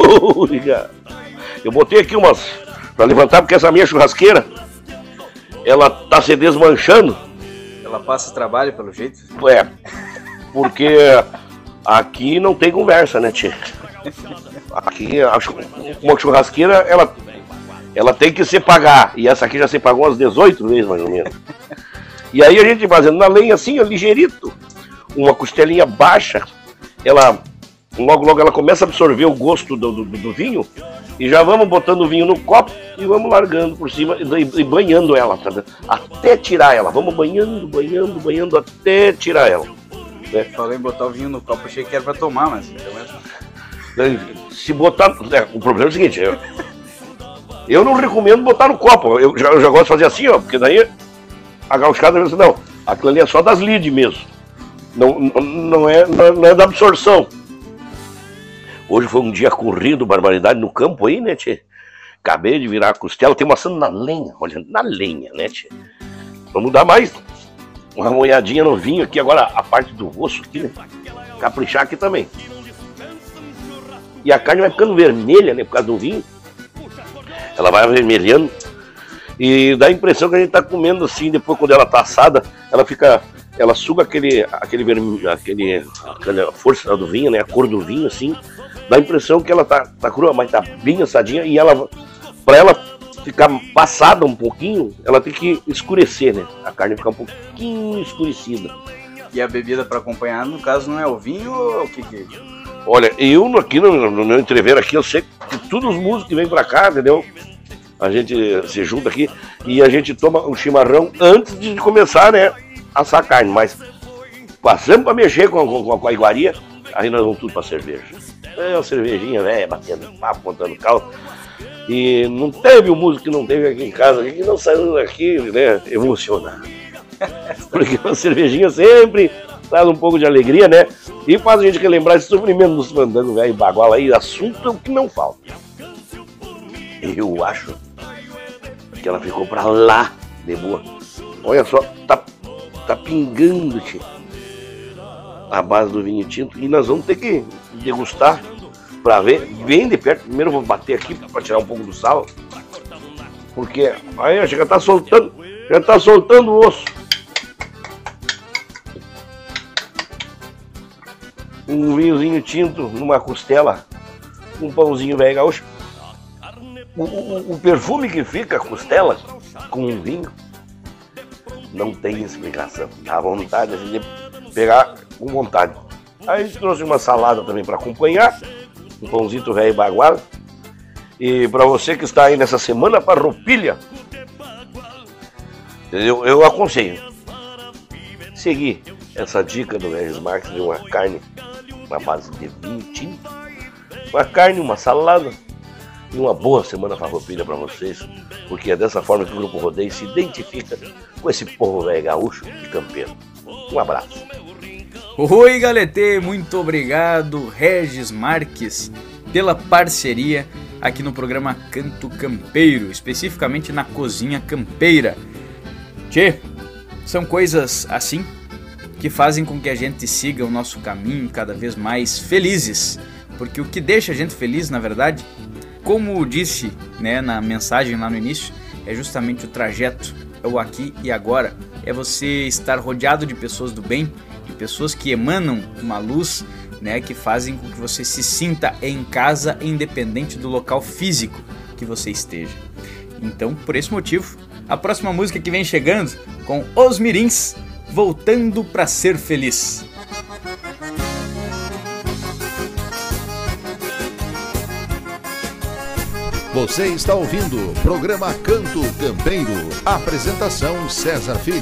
Eu botei aqui umas para levantar, porque essa minha churrasqueira, ela tá se desmanchando. Ela passa trabalho, pelo jeito? É, porque aqui não tem conversa, né, tchê? Aqui, uma churrasqueira, ela, ela tem que se pagar. E essa aqui já se pagou umas dezoito vezes, mais ou menos. E aí a gente fazendo na lenha assim, ó, ligeirito, uma costelinha baixa, ela, logo logo ela começa a absorver o gosto do, do, do vinho, e já vamos botando o vinho no copo e vamos largando por cima e, e banhando ela, tá? Até tirar ela. Vamos banhando, banhando, banhando até tirar ela. Né? Falei em botar o vinho no copo, achei que era pra tomar, mas então se botar... É, o problema é o seguinte, eu, eu não recomendo botar no copo, eu já, eu já gosto de fazer assim, ó, porque daí a gauchada diz, não, aquilo ali é só das lides mesmo, não, não, não, é, não é da absorção. Hoje foi um dia corrido, barbaridade no campo aí, né, tchê? Acabei de virar a costela, tem uma assando na lenha, olha, na lenha, né, tchê? Vamos dar mais uma molhadinha no vinho aqui, agora a parte do osso aqui, né? Caprichar aqui também. E a carne vai ficando vermelha, né, por causa do vinho. Ela vai avermelhando e dá a impressão que a gente tá comendo assim, depois quando ela tá assada, ela fica... Ela suga aquele, aquele vermelho, aquele, aquela força do vinho, né? A cor do vinho, assim. Dá a impressão que ela tá, tá crua, mas tá bem assadinha. E ela, pra ela ficar passada um pouquinho, ela tem que escurecer, né? A carne ficar um pouquinho escurecida. E a bebida para acompanhar, no caso, não é o vinho ou o que que é? Olha, eu aqui no, no meu entrever aqui, eu sei que todos os músicos que vêm pra cá, entendeu? A gente se junta aqui e a gente toma um chimarrão antes de começar, né? Assar carne, mas passamos pra mexer com, com, com a iguaria, aí nós vamos tudo pra cerveja. É uma cervejinha, velho, batendo papo, contando caldo. E não teve o músico que não teve aqui em casa, que não saiu daqui, né, emocionado. Porque uma cervejinha sempre traz um pouco de alegria, né? E faz a gente relembrar esse sofrimento dos fandangos, velho, baguala aí, assunto é o que não falta. Eu acho que ela ficou pra lá de boa. Olha só, tá... Tá pingando, tchê, a base do vinho tinto. E nós vamos ter que degustar pra ver bem de perto. Primeiro eu vou bater aqui pra tirar um pouco do sal, porque aí já tá soltando, já tá soltando o osso. Um vinhozinho tinto numa costela, um pãozinho velho gaúcho. o, o, o perfume que fica a costela com um vinho não tem explicação. Dá vontade assim, de pegar com vontade. Aí a gente trouxe uma salada também para acompanhar, um pãozinho velho bagual. E para você que está aí nessa semana farroupilha, eu, eu aconselho seguir essa dica do Regis Marques de uma carne na base de vinho tinto, uma carne, uma salada e uma boa semana farroupilha para vocês, porque é dessa forma que o Grupo Rodeio se identifica com esse povo velho gaúcho e campeiro. Um abraço. Oi, Galetê, muito obrigado, Regis Marques, pela parceria aqui no programa Canto Campeiro, especificamente na Cozinha Campeira. Tchê, são coisas assim que fazem com que a gente siga o nosso caminho cada vez mais felizes, porque o que deixa a gente feliz, na verdade, como disse, né, na mensagem lá no início, é justamente o trajeto, é o aqui e agora, é você estar rodeado de pessoas do bem, de pessoas que emanam uma luz, né, que fazem com que você se sinta em casa, independente do local físico que você esteja. Então, por esse motivo, a próxima música que vem chegando com Os Mirins, Voltando Pra Ser Feliz. Você está ouvindo o programa Canto Campeiro. Apresentação César Filho.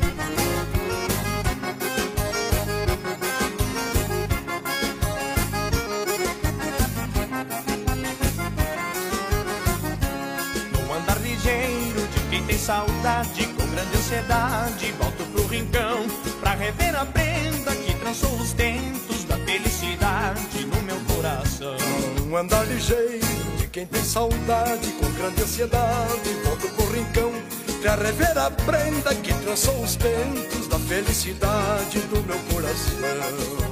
No andar ligeiro de quem tem saudade, com grande ansiedade, volto pro rincão pra rever a prenda que trançou os tentos da felicidade no meu coração. No andar ligeiro quem tem saudade, com grande ansiedade, volto pro rincão pra rever a prenda que trançou os tentos da felicidade do meu coração.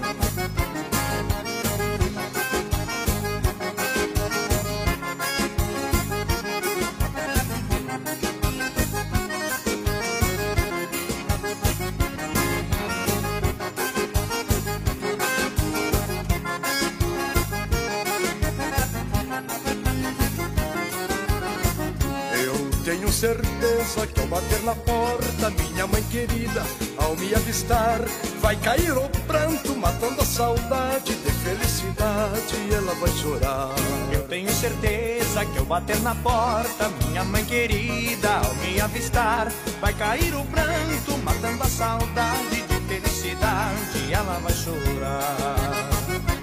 Certeza que ao bater na porta, minha mãe querida, ao me avistar, vai cair o pranto, matando a saudade de felicidade, e ela vai chorar. Eu tenho certeza que ao bater na porta, minha mãe querida, ao me avistar, vai cair o pranto, matando a saudade de felicidade, e ela vai chorar.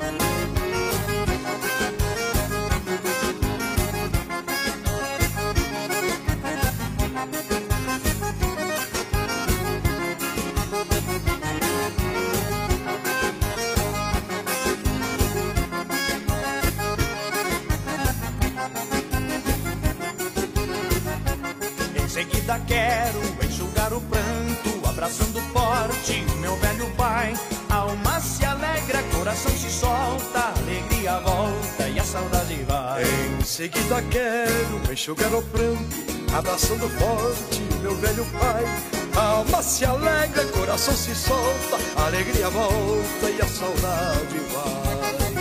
Quero enxugar o pranto, abraçando forte o meu velho pai. A alma se alegra, coração se solta, alegria volta e a saudade vai. Em seguida quero enxugar o pranto, abraçando forte o meu velho pai. A alma se alegra, coração se solta, alegria volta e a saudade vai.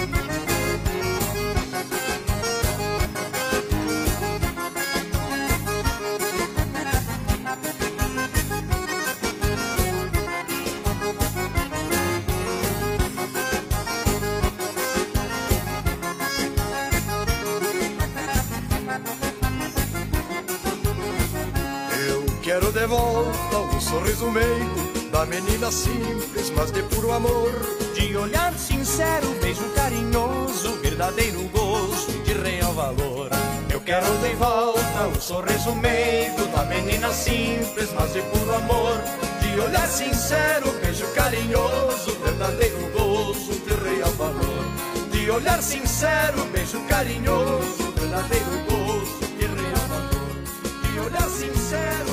Quero de volta um sorriso meigo da menina simples, mas de puro amor. De olhar sincero, beijo carinhoso, verdadeiro gozo de real valor. Eu quero de volta um sorriso meigo da menina simples, mas de puro amor. De olhar sincero, beijo carinhoso, verdadeiro gozo de real valor. De olhar sincero, beijo carinhoso, verdadeiro gozo de real valor. De olhar sincero,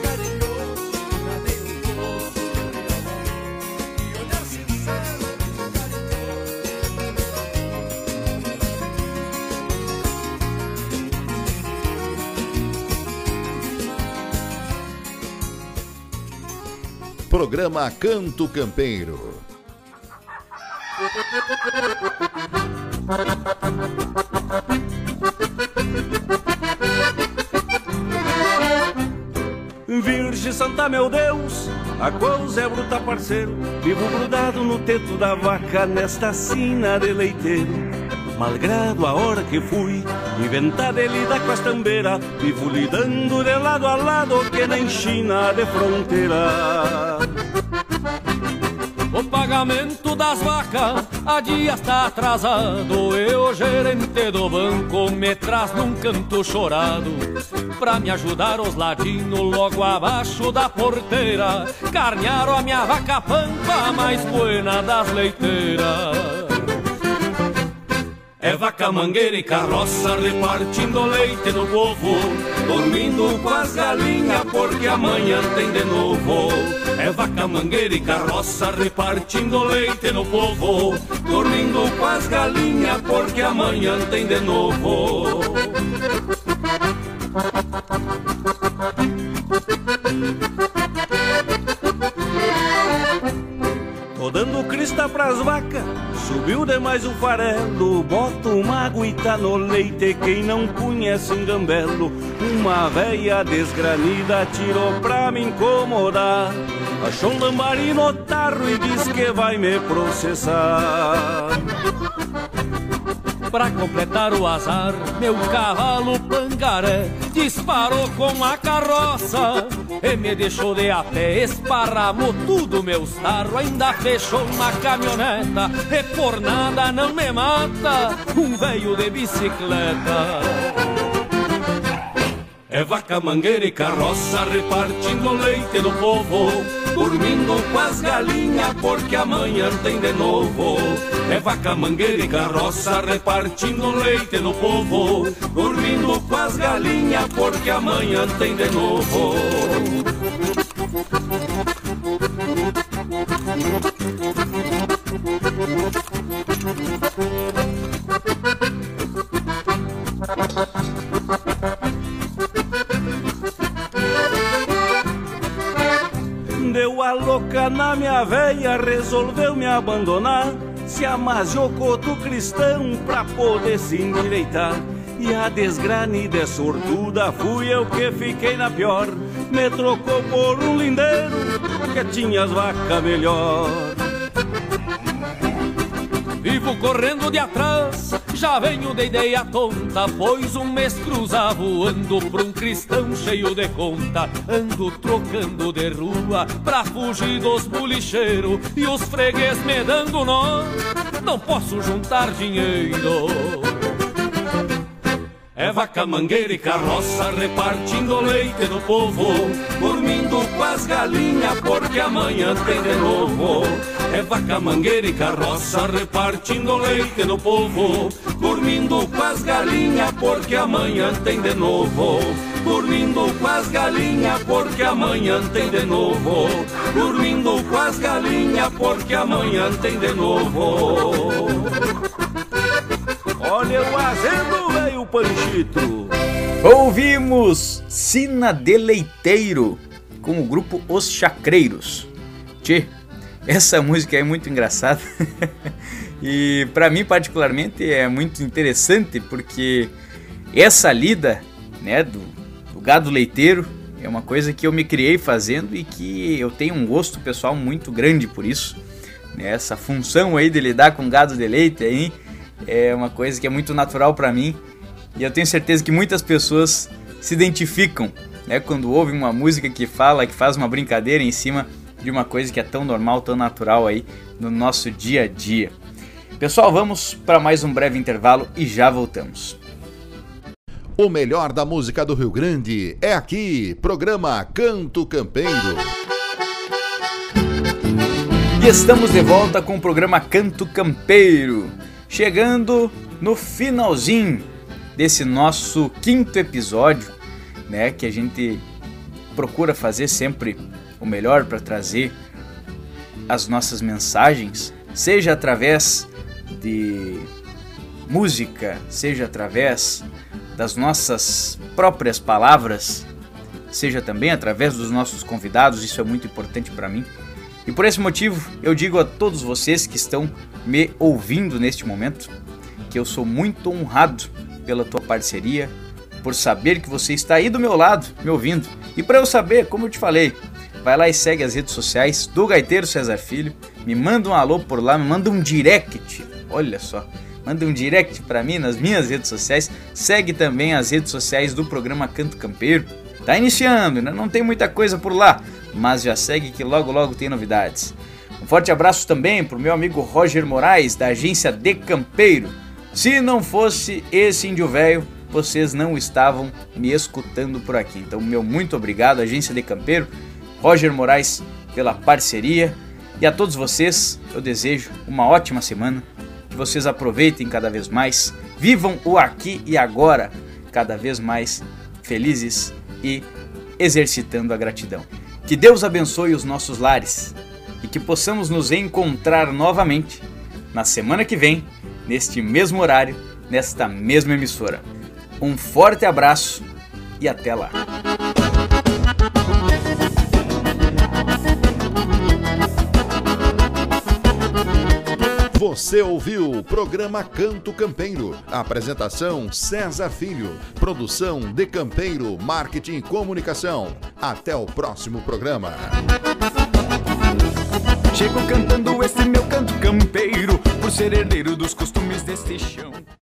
Programa Canto Campeiro. de santa, meu Deus, a coisa é bruta, parceiro. Vivo grudado no teto da vaca nesta sina de leiteiro. Malgrado a hora que fui inventar de lidar com as tambeiras, vivo lidando de lado a lado que nem China de fronteira. O pagamento das vacas a dia está atrasado, e o gerente do banco me traz num canto chorado pra me ajudar os ladinos logo abaixo da porteira. Carnearam a minha vaca pampa mais buena das leiteiras. É vaca mangueira e carroça repartindo leite no povo, dormindo com as galinhas porque amanhã tem de novo. É vaca mangueira e carroça repartindo leite no povo, dormindo com as galinhas porque amanhã tem de novo. Tô dando crista pras vacas, subiu demais o farelo. Bota uma agüita no leite, quem não conhece um gambelo. Uma véia desgranida tirou pra me incomodar, achou um lambari no tarro e diz que vai me processar. Pra completar o azar, meu cavalo pangaré disparou com a carroça e me deixou de a pé, esparramou tudo meus tarros, ainda fechou uma caminhoneta e por nada não me mata um velho de bicicleta. É vaca mangueira e carroça repartindo leite no povo, dormindo com as galinhas porque amanhã tem de novo. É vaca mangueira e carroça repartindo leite no povo, dormindo com as galinhas porque amanhã tem de novo. Deu a louca na minha veia, resolveu me abandonar, se amasiou coto cristão pra poder se endireitar. E a desgranida é sortuda, fui eu que fiquei na pior. Me trocou por um lindeiro que tinha as vacas melhor. Vivo correndo de atrás, já venho de ideia tonta, pois um mês cruzava ando pra um cristão cheio de conta. Ando trocando de rua pra fugir dos bolicheiros, e os freguês me dando nó, não posso juntar dinheiro. É vaca mangueira e carroça repartindo leite no povo, dormindo com as galinhas porque amanhã tem de novo. É vaca mangueira e carroça repartindo leite no povo, dormindo com as galinhas porque amanhã tem de novo. Dormindo com as galinhas porque amanhã tem de novo. Dormindo com as galinhas porque amanhã tem de novo. Olha o azendo, velho Panchito. Ouvimos Sina de Leiteiro com o grupo Os Chacreiros. Tchê, essa música é muito engraçada e pra mim particularmente é muito interessante, porque essa lida, né, do, do gado leiteiro é uma coisa que eu me criei fazendo e que eu tenho um gosto pessoal muito grande por isso, né? Essa função aí de lidar com gado de leite aí é uma coisa que é muito natural pra mim, e eu tenho certeza que muitas pessoas se identificam, né, quando ouvem uma música que fala, que faz uma brincadeira em cima de uma coisa que é tão normal, tão natural aí no nosso dia a dia. Pessoal, vamos para mais um breve intervalo e já voltamos. O melhor da música do Rio Grande é aqui, programa Canto Campeiro. E estamos de volta com o programa Canto Campeiro, chegando no finalzinho desse nosso quinto episódio, né, que a gente procura fazer sempre o melhor para trazer as nossas mensagens, seja através de música, seja através das nossas próprias palavras, seja também através dos nossos convidados. Isso é muito importante para mim. E por esse motivo eu digo a todos vocês que estão me ouvindo neste momento que eu sou muito honrado pela tua parceria, por saber que você está aí do meu lado, me ouvindo. E para eu saber, como eu te falei, vai lá e segue as redes sociais do Gaiteiro César Filho, me manda um alô por lá, me manda um direct, olha só, manda um direct para mim nas minhas redes sociais, segue também as redes sociais do programa Canto Campeiro. Tá iniciando, ainda não tem muita coisa por lá, mas já segue que logo logo tem novidades. Um forte abraço também pro meu amigo Roger Moraes, da agência De Campeiro. Se não fosse esse índio velho, vocês não estavam me escutando por aqui. Então, meu muito obrigado, agência De Campeiro, Roger Moraes, pela parceria. E a todos vocês, eu desejo uma ótima semana, que vocês aproveitem cada vez mais, vivam o aqui e agora, cada vez mais felizes e exercitando a gratidão. Que Deus abençoe os nossos lares e que possamos nos encontrar novamente na semana que vem, neste mesmo horário, nesta mesma emissora. Um forte abraço e até lá. Você ouviu o programa Canto Campeiro. Apresentação César Filho. Produção De Campeiro, Marketing e Comunicação. Até o próximo programa. Chego cantando esse meu canto campeiro, por ser herdeiro dos costumes deste chão.